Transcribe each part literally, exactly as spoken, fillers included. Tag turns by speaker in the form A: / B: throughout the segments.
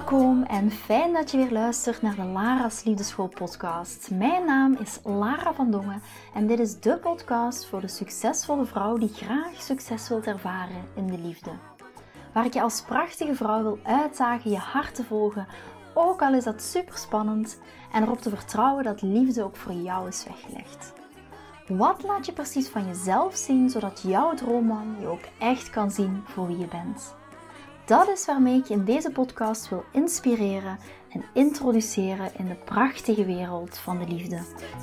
A: Welkom en fijn dat je weer luistert naar de Lara's Liefdeschool podcast. Mijn naam is Lara van Dongen en dit is de podcast voor de succesvolle vrouw die graag succes wilt ervaren in de liefde. Waar ik je als prachtige vrouw wil uitdagen je hart te volgen, ook al is dat super spannend, en erop te vertrouwen dat liefde ook voor jou is weggelegd. Wat laat je precies van jezelf zien, zodat jouw droomman je ook echt kan zien voor wie je bent? Dat is waarmee ik je in deze podcast wil inspireren en introduceren in de prachtige wereld van de liefde.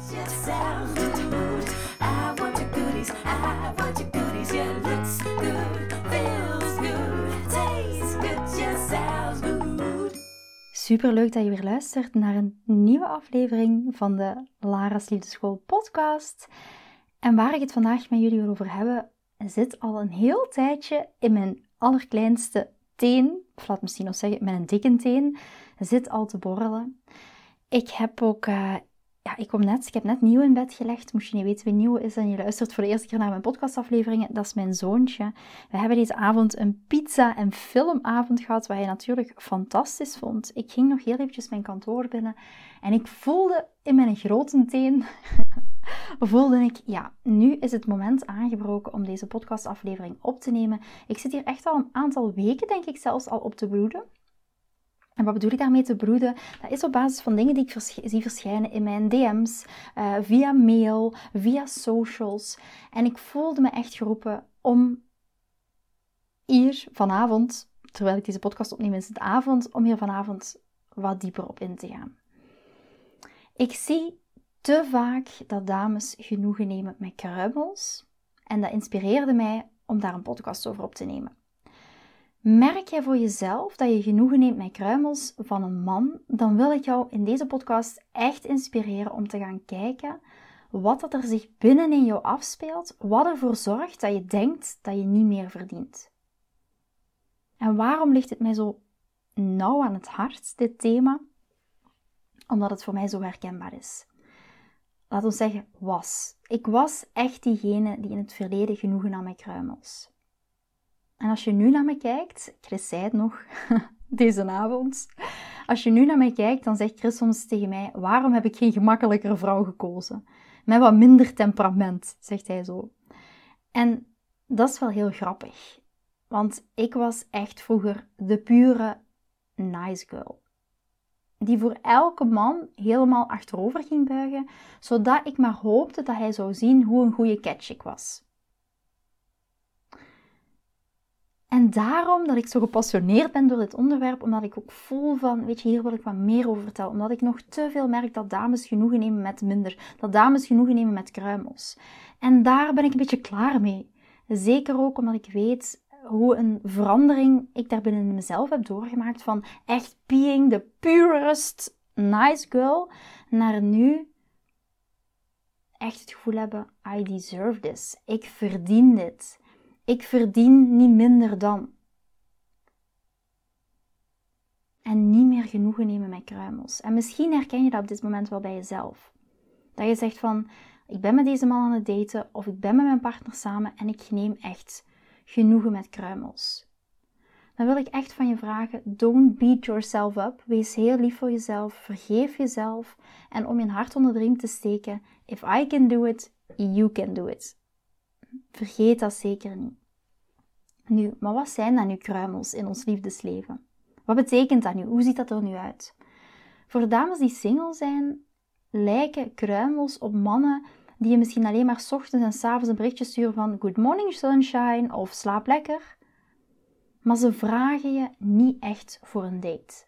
A: Super leuk dat je weer luistert naar een nieuwe aflevering van de Lara's Liefdeschool podcast. En waar ik het vandaag met jullie wil over hebben, zit al een heel tijdje in mijn allerkleinste teen, of laat misschien nog zeggen, met een dikke teen, zit al te borrelen. Ik heb ook, uh, ja, ik kom net, ik heb net Nieuw in bed gelegd. Moest je niet weten wie Nieuw is en je luistert voor de eerste keer naar mijn podcastafleveringen, dat is mijn zoontje. We hebben deze avond een pizza- en filmavond gehad, wat hij natuurlijk fantastisch vond. Ik ging nog heel eventjes mijn kantoor binnen en ik voelde in mijn grote teen, voelde ik, ja, nu is het moment aangebroken om deze podcastaflevering op te nemen. Ik zit hier echt al een aantal weken, denk ik zelfs, al op te broeden. En wat bedoel ik daarmee te broeden? Dat is op basis van dingen die ik vers- zie verschijnen in mijn D M's, uh, via mail, via socials. En ik voelde me echt geroepen om hier vanavond, terwijl ik deze podcast opneem is het avond, om hier vanavond wat dieper op in te gaan. Ik zie te vaak dat dames genoegen nemen met kruimels. En dat inspireerde mij om daar een podcast over op te nemen. Merk jij voor jezelf dat je genoegen neemt met kruimels van een man, dan wil ik jou in deze podcast echt inspireren om te gaan kijken wat dat er zich binnenin jou afspeelt, wat ervoor zorgt dat je denkt dat je niet meer verdient. En waarom ligt het mij zo nauw aan het hart, dit thema? Omdat het voor mij zo herkenbaar is. Laat ons zeggen, was. Ik was echt diegene die in het verleden genoegen nam met kruimels. En als je nu naar me kijkt, Chris zei het nog deze avond, als je nu naar mij kijkt, dan zegt Chris soms tegen mij, waarom heb ik geen gemakkelijkere vrouw gekozen? Met wat minder temperament, zegt hij zo. En dat is wel heel grappig, want ik was echt vroeger de pure nice girl. Die voor elke man helemaal achterover ging buigen, zodat ik maar hoopte dat hij zou zien hoe een goede catch ik was. En daarom dat ik zo gepassioneerd ben door dit onderwerp, omdat ik ook voel van, weet je, hier wil ik wat meer over vertellen. Omdat ik nog te veel merk dat dames genoegen nemen met minder. Dat dames genoegen nemen met kruimels. En daar ben ik een beetje klaar mee. Zeker ook omdat ik weet hoe een verandering ik daar binnen mezelf heb doorgemaakt. Van echt being the purest nice girl, naar nu echt het gevoel hebben, I deserve this. Ik verdien dit. Ik verdien niet minder dan. En niet meer genoegen nemen met kruimels. En misschien herken je dat op dit moment wel bij jezelf. Dat je zegt van, ik ben met deze man aan het daten, of ik ben met mijn partner samen en ik neem echt genoegen met kruimels. Dan wil ik echt van je vragen, don't beat yourself up. Wees heel lief voor jezelf, vergeef jezelf. En om je hart onder de riem te steken, if I can do it, you can do it. Vergeet dat zeker niet. Nu, maar wat zijn dan nu kruimels in ons liefdesleven? Wat betekent dat nu? Hoe ziet dat er nu uit? Voor de dames die single zijn, lijken kruimels op mannen die je misschien alleen maar 's ochtends en 's avonds een berichtje sturen van good morning sunshine of slaap lekker. Maar ze vragen je niet echt voor een date.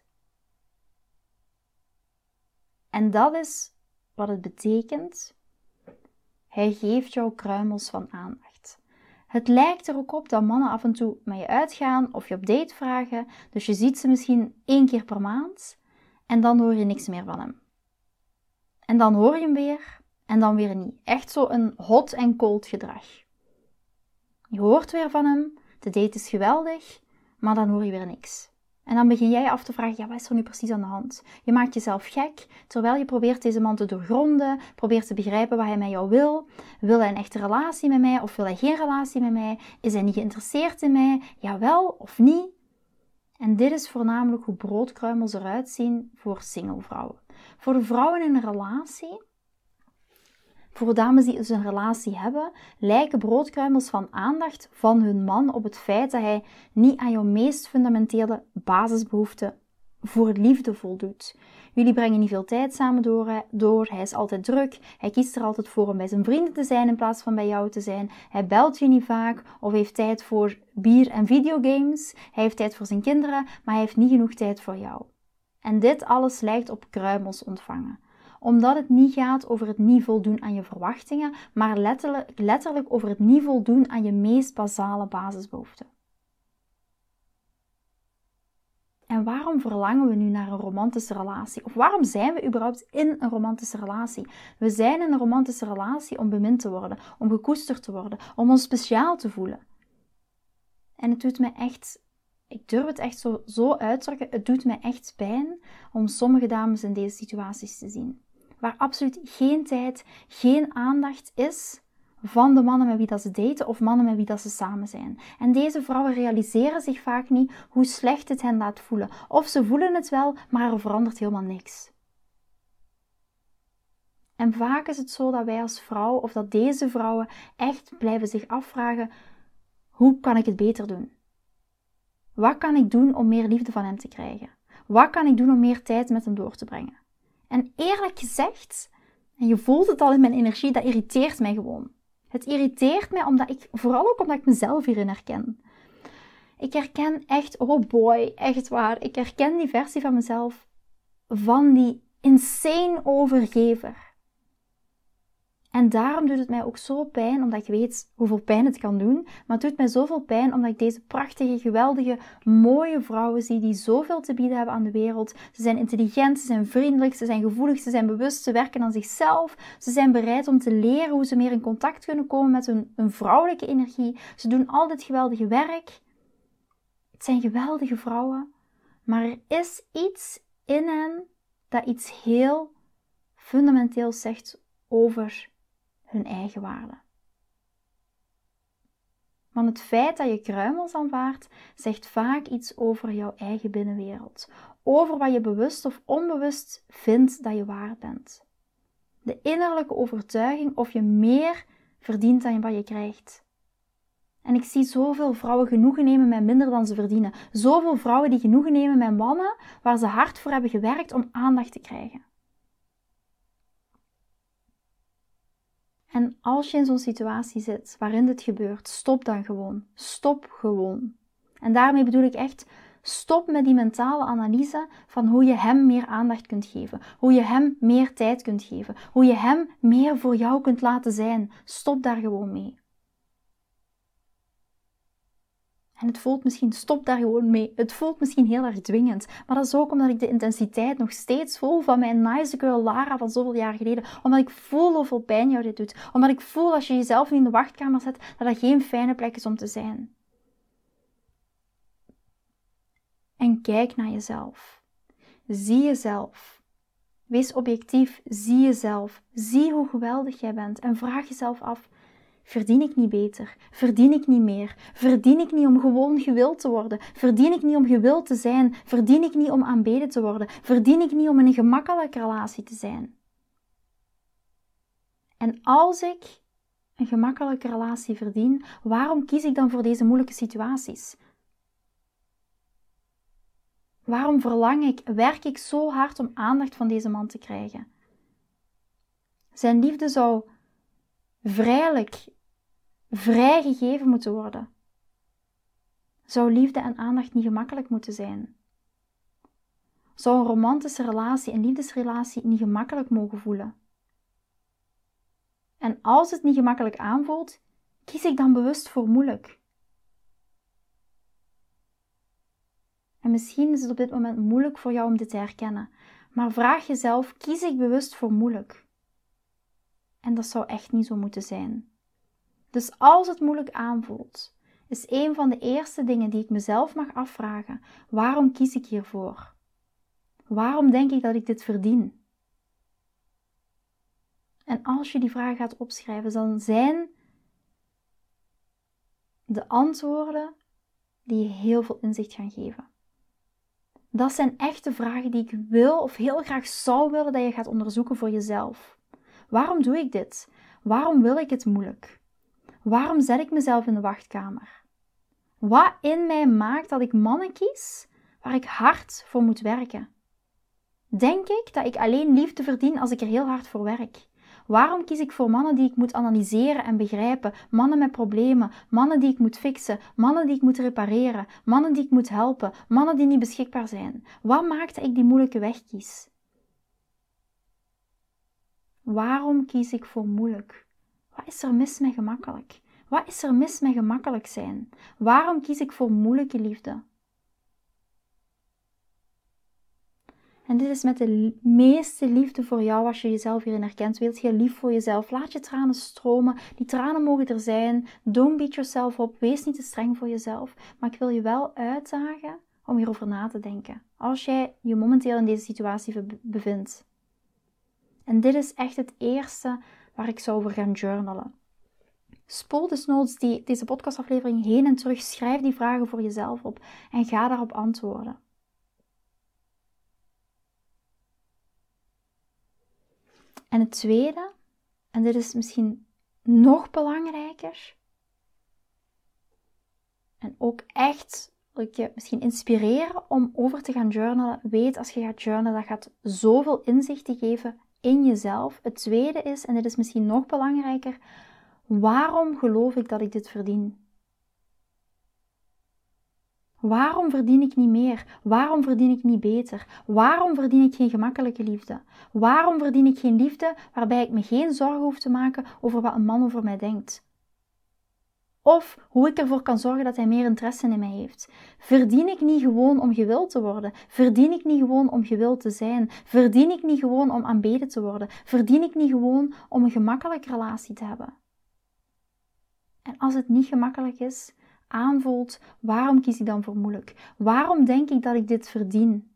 A: En dat is wat het betekent. Hij geeft jou kruimels van aandacht. Het lijkt er ook op dat mannen af en toe met je uitgaan of je op date vragen. Dus je ziet ze misschien één keer per maand en dan hoor je niks meer van hem. En dan hoor je hem weer en dan weer niet. Echt zo een hot en cold gedrag. Je hoort weer van hem, de date is geweldig, maar dan hoor je weer niks. En dan begin jij af te vragen, ja, wat is er nu precies aan de hand? Je maakt jezelf gek, terwijl je probeert deze man te doorgronden, probeert te begrijpen wat hij met jou wil. Wil hij een echte relatie met mij of wil hij geen relatie met mij? Is hij niet geïnteresseerd in mij? Jawel of niet? En dit is voornamelijk hoe broodkruimels eruit zien voor singlevrouwen. Voor de vrouwen in een relatie, voor dames die dus een relatie hebben, lijken broodkruimels van aandacht van hun man op het feit dat hij niet aan jouw meest fundamentele basisbehoeften voor liefde voldoet. Jullie brengen niet veel tijd samen door, door, hij is altijd druk, hij kiest er altijd voor om bij zijn vrienden te zijn in plaats van bij jou te zijn, hij belt je niet vaak of heeft tijd voor bier en videogames, hij heeft tijd voor zijn kinderen, maar hij heeft niet genoeg tijd voor jou. En dit alles lijkt op kruimels ontvangen. Omdat het niet gaat over het niet voldoen aan je verwachtingen, maar letterlijk, letterlijk over het niet voldoen aan je meest basale basisbehoeften. En waarom verlangen we nu naar een romantische relatie? Of waarom zijn we überhaupt in een romantische relatie? We zijn in een romantische relatie om bemind te worden, om gekoesterd te worden, om ons speciaal te voelen. En het doet me echt, ik durf het echt zo, zo uit te drukken, het doet me echt pijn om sommige dames in deze situaties te zien. Waar absoluut geen tijd, geen aandacht is van de mannen met wie dat ze daten of mannen met wie dat ze samen zijn. En deze vrouwen realiseren zich vaak niet hoe slecht het hen laat voelen. Of ze voelen het wel, maar er verandert helemaal niks. En vaak is het zo dat wij als vrouw, of dat deze vrouwen echt blijven zich afvragen, hoe kan ik het beter doen? Wat kan ik doen om meer liefde van hem te krijgen? Wat kan ik doen om meer tijd met hem door te brengen? En eerlijk gezegd, en je voelt het al in mijn energie, dat irriteert mij gewoon. Het irriteert mij omdat ik, vooral ook omdat ik mezelf hierin herken. Ik herken echt, oh boy, echt waar, ik herken die versie van mezelf van die insane overgever. En daarom doet het mij ook zo pijn, omdat ik weet hoeveel pijn het kan doen. Maar het doet mij zoveel pijn, omdat ik deze prachtige, geweldige, mooie vrouwen zie die zoveel te bieden hebben aan de wereld. Ze zijn intelligent, ze zijn vriendelijk, ze zijn gevoelig, ze zijn bewust, ze werken aan zichzelf. Ze zijn bereid om te leren hoe ze meer in contact kunnen komen met hun, hun vrouwelijke energie. Ze doen al dit geweldige werk. Het zijn geweldige vrouwen. Maar er is iets in hen dat iets heel fundamenteels zegt over hun eigen waarde. Want het feit dat je kruimels aanvaardt, zegt vaak iets over jouw eigen binnenwereld. Over wat je bewust of onbewust vindt dat je waard bent. De innerlijke overtuiging of je meer verdient dan wat je krijgt. En ik zie zoveel vrouwen genoegen nemen met minder dan ze verdienen. Zoveel vrouwen die genoegen nemen met mannen waar ze hard voor hebben gewerkt om aandacht te krijgen. En als je in zo'n situatie zit waarin dit gebeurt, stop dan gewoon. Stop gewoon. En daarmee bedoel ik echt, stop met die mentale analyse van hoe je hem meer aandacht kunt geven. Hoe je hem meer tijd kunt geven. Hoe je hem meer voor jou kunt laten zijn. Stop daar gewoon mee. En het voelt misschien, stop daar gewoon mee. Het voelt misschien heel erg dwingend. Maar dat is ook omdat ik de intensiteit nog steeds voel van mijn nice girl Lara van zoveel jaar geleden. Omdat ik voel hoeveel pijn jou dit doet. Omdat ik voel als je jezelf in de wachtkamer zet, dat dat geen fijne plek is om te zijn. En kijk naar jezelf. Zie jezelf. Wees objectief. Zie jezelf. Zie hoe geweldig jij bent. En vraag jezelf af, verdien ik niet beter? Verdien ik niet meer? Verdien ik niet om gewoon gewild te worden? Verdien ik niet om gewild te zijn? Verdien ik niet om aanbeden te worden? Verdien ik niet om in een gemakkelijke relatie te zijn? En als ik een gemakkelijke relatie verdien, waarom kies ik dan voor deze moeilijke situaties? Waarom verlang ik, werk ik zo hard om aandacht van deze man te krijgen? Zijn liefde zou vrijelijk, vrij gegeven moeten worden. Zou liefde en aandacht niet gemakkelijk moeten zijn? Zou een romantische relatie, een liefdesrelatie niet gemakkelijk mogen voelen? En als het niet gemakkelijk aanvoelt, kies ik dan bewust voor moeilijk? En misschien is het op dit moment moeilijk voor jou om dit te herkennen, maar vraag jezelf, kies ik bewust voor moeilijk? En dat zou echt niet zo moeten zijn. Dus als het moeilijk aanvoelt, is een van de eerste dingen die ik mezelf mag afvragen, waarom kies ik hiervoor? Waarom denk ik dat ik dit verdien? En als je die vraag gaat opschrijven, dan zijn de antwoorden die je heel veel inzicht gaan geven. Dat zijn echt de vragen die ik wil of heel graag zou willen dat je gaat onderzoeken voor jezelf. Waarom doe ik dit? Waarom wil ik het moeilijk? Waarom zet ik mezelf in de wachtkamer? Wat in mij maakt dat ik mannen kies waar ik hard voor moet werken? Denk ik dat ik alleen liefde verdien als ik er heel hard voor werk? Waarom kies ik voor mannen die ik moet analyseren en begrijpen? Mannen met problemen, mannen die ik moet fixen, mannen die ik moet repareren, mannen die ik moet helpen, mannen die niet beschikbaar zijn. Wat maakt dat ik die moeilijke weg kies? Waarom kies ik voor moeilijk? Wat is er mis met gemakkelijk? Wat is er mis met gemakkelijk zijn? Waarom kies ik voor moeilijke liefde? En dit is met de meeste liefde voor jou als je jezelf hierin herkent. Wees heel lief voor jezelf. Laat je tranen stromen. Die tranen mogen er zijn. Don't beat yourself up. Wees niet te streng voor jezelf. Maar ik wil je wel uitdagen om hierover na te denken. Als jij je momenteel in deze situatie bevindt. En dit is echt het eerste waar ik zou over gaan journalen. Spoel desnoods die, deze podcastaflevering heen en terug. Schrijf die vragen voor jezelf op. En ga daarop antwoorden. En het tweede, en dit is misschien nog belangrijker, en ook echt, wil ik je misschien inspireren om over te gaan journalen. Weet, als je gaat journalen, dat gaat zoveel inzichten geven in jezelf. Het tweede is, en dit is misschien nog belangrijker, waarom geloof ik dat ik dit verdien? Waarom verdien ik niet meer? Waarom verdien ik niet beter? Waarom verdien ik geen gemakkelijke liefde? Waarom verdien ik geen liefde waarbij ik me geen zorgen hoef te maken over wat een man over mij denkt? Of hoe ik ervoor kan zorgen dat hij meer interesse in mij heeft? Verdien ik niet gewoon om gewild te worden? Verdien ik niet gewoon om gewild te zijn? Verdien ik niet gewoon om aanbeden te worden? Verdien ik niet gewoon om een gemakkelijke relatie te hebben? En als het niet gemakkelijk is, aanvoelt, waarom kies ik dan voor moeilijk? Waarom denk ik dat ik dit verdien?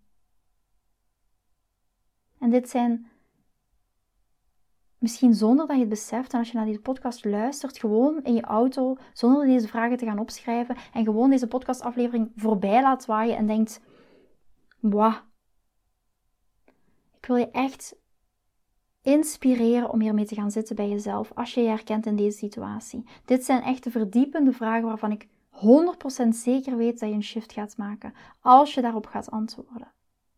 A: En dit zijn, misschien zonder dat je het beseft, en als je naar deze podcast luistert, gewoon in je auto, zonder deze vragen te gaan opschrijven, en gewoon deze podcastaflevering voorbij laat waaien en denkt, wauw, ik wil je echt inspireren om hiermee te gaan zitten bij jezelf, als je je herkent in deze situatie. Dit zijn echt de verdiepende vragen waarvan ik honderd procent zeker weet dat je een shift gaat maken, als je daarop gaat antwoorden.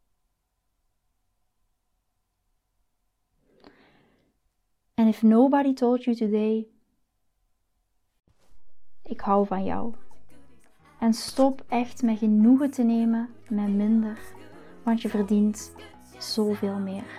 A: And if nobody told you today, ik hou van jou. En stop echt met genoegen te nemen met minder, want je verdient zoveel meer.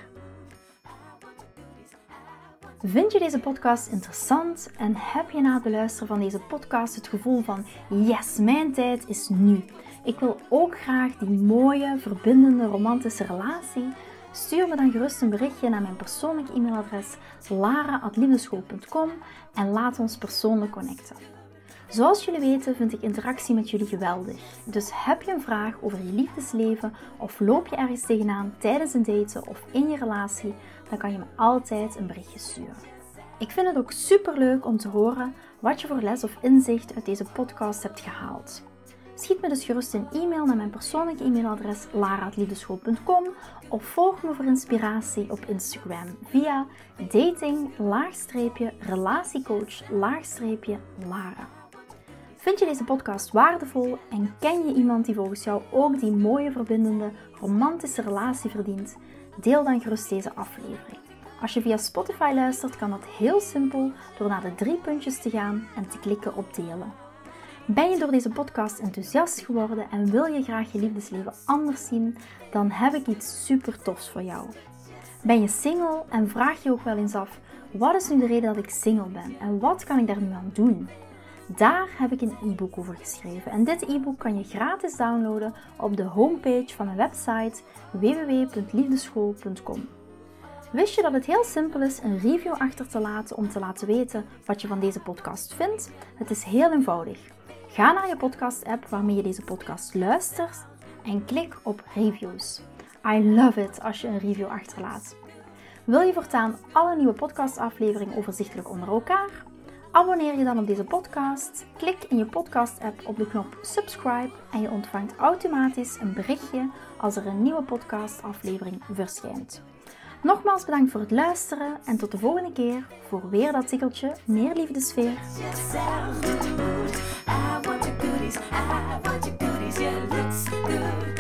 A: Vind je deze podcast interessant en heb je na het beluisteren van deze podcast het gevoel van yes, mijn tijd is nu. Ik wil ook graag die mooie, verbindende, romantische relatie. Stuur me dan gerust een berichtje naar mijn persoonlijke e-mailadres lara at liefdeschool punt com en laat ons persoonlijk connecten. Zoals jullie weten vind ik interactie met jullie geweldig. Dus heb je een vraag over je liefdesleven of loop je ergens tegenaan tijdens een daten of in je relatie, dan kan je me altijd een berichtje sturen. Ik vind het ook super leuk om te horen wat je voor les of inzicht uit deze podcast hebt gehaald. Schiet me dus gerust een e-mail naar mijn persoonlijke e-mailadres lara at liefdeschool punt com of volg me voor inspiratie op Instagram via dating-relatiecoach-lara. Vind je deze podcast waardevol en ken je iemand die volgens jou ook die mooie, verbindende, romantische relatie verdient? Deel dan gerust deze aflevering. Als je via Spotify luistert, kan dat heel simpel door naar de drie puntjes te gaan en te klikken op delen. Ben je door deze podcast enthousiast geworden en wil je graag je liefdesleven anders zien, dan heb ik iets super tofs voor jou. Ben je single en vraag je ook wel eens af, wat is nu de reden dat ik single ben en wat kan ik daar nu aan doen? Daar heb ik een e-book over geschreven en dit e-book kan je gratis downloaden op de homepage van mijn website w w w punt liefdeschool punt com. Wist je dat het heel simpel is een review achter te laten om te laten weten wat je van deze podcast vindt? Het is heel eenvoudig. Ga naar je podcast-app waarmee je deze podcast luistert en klik op reviews. I love it als je een review achterlaat. Wil je voortaan alle nieuwe podcastafleveringen overzichtelijk onder elkaar? Abonneer je dan op deze podcast, klik in je podcast-app op de knop subscribe en je ontvangt automatisch een berichtje als er een nieuwe podcastaflevering verschijnt. Nogmaals bedankt voor het luisteren en tot de volgende keer voor weer dat tikkeltje meer liefdesfeer. I want your goodies, I want your goodies, yeah, looks good.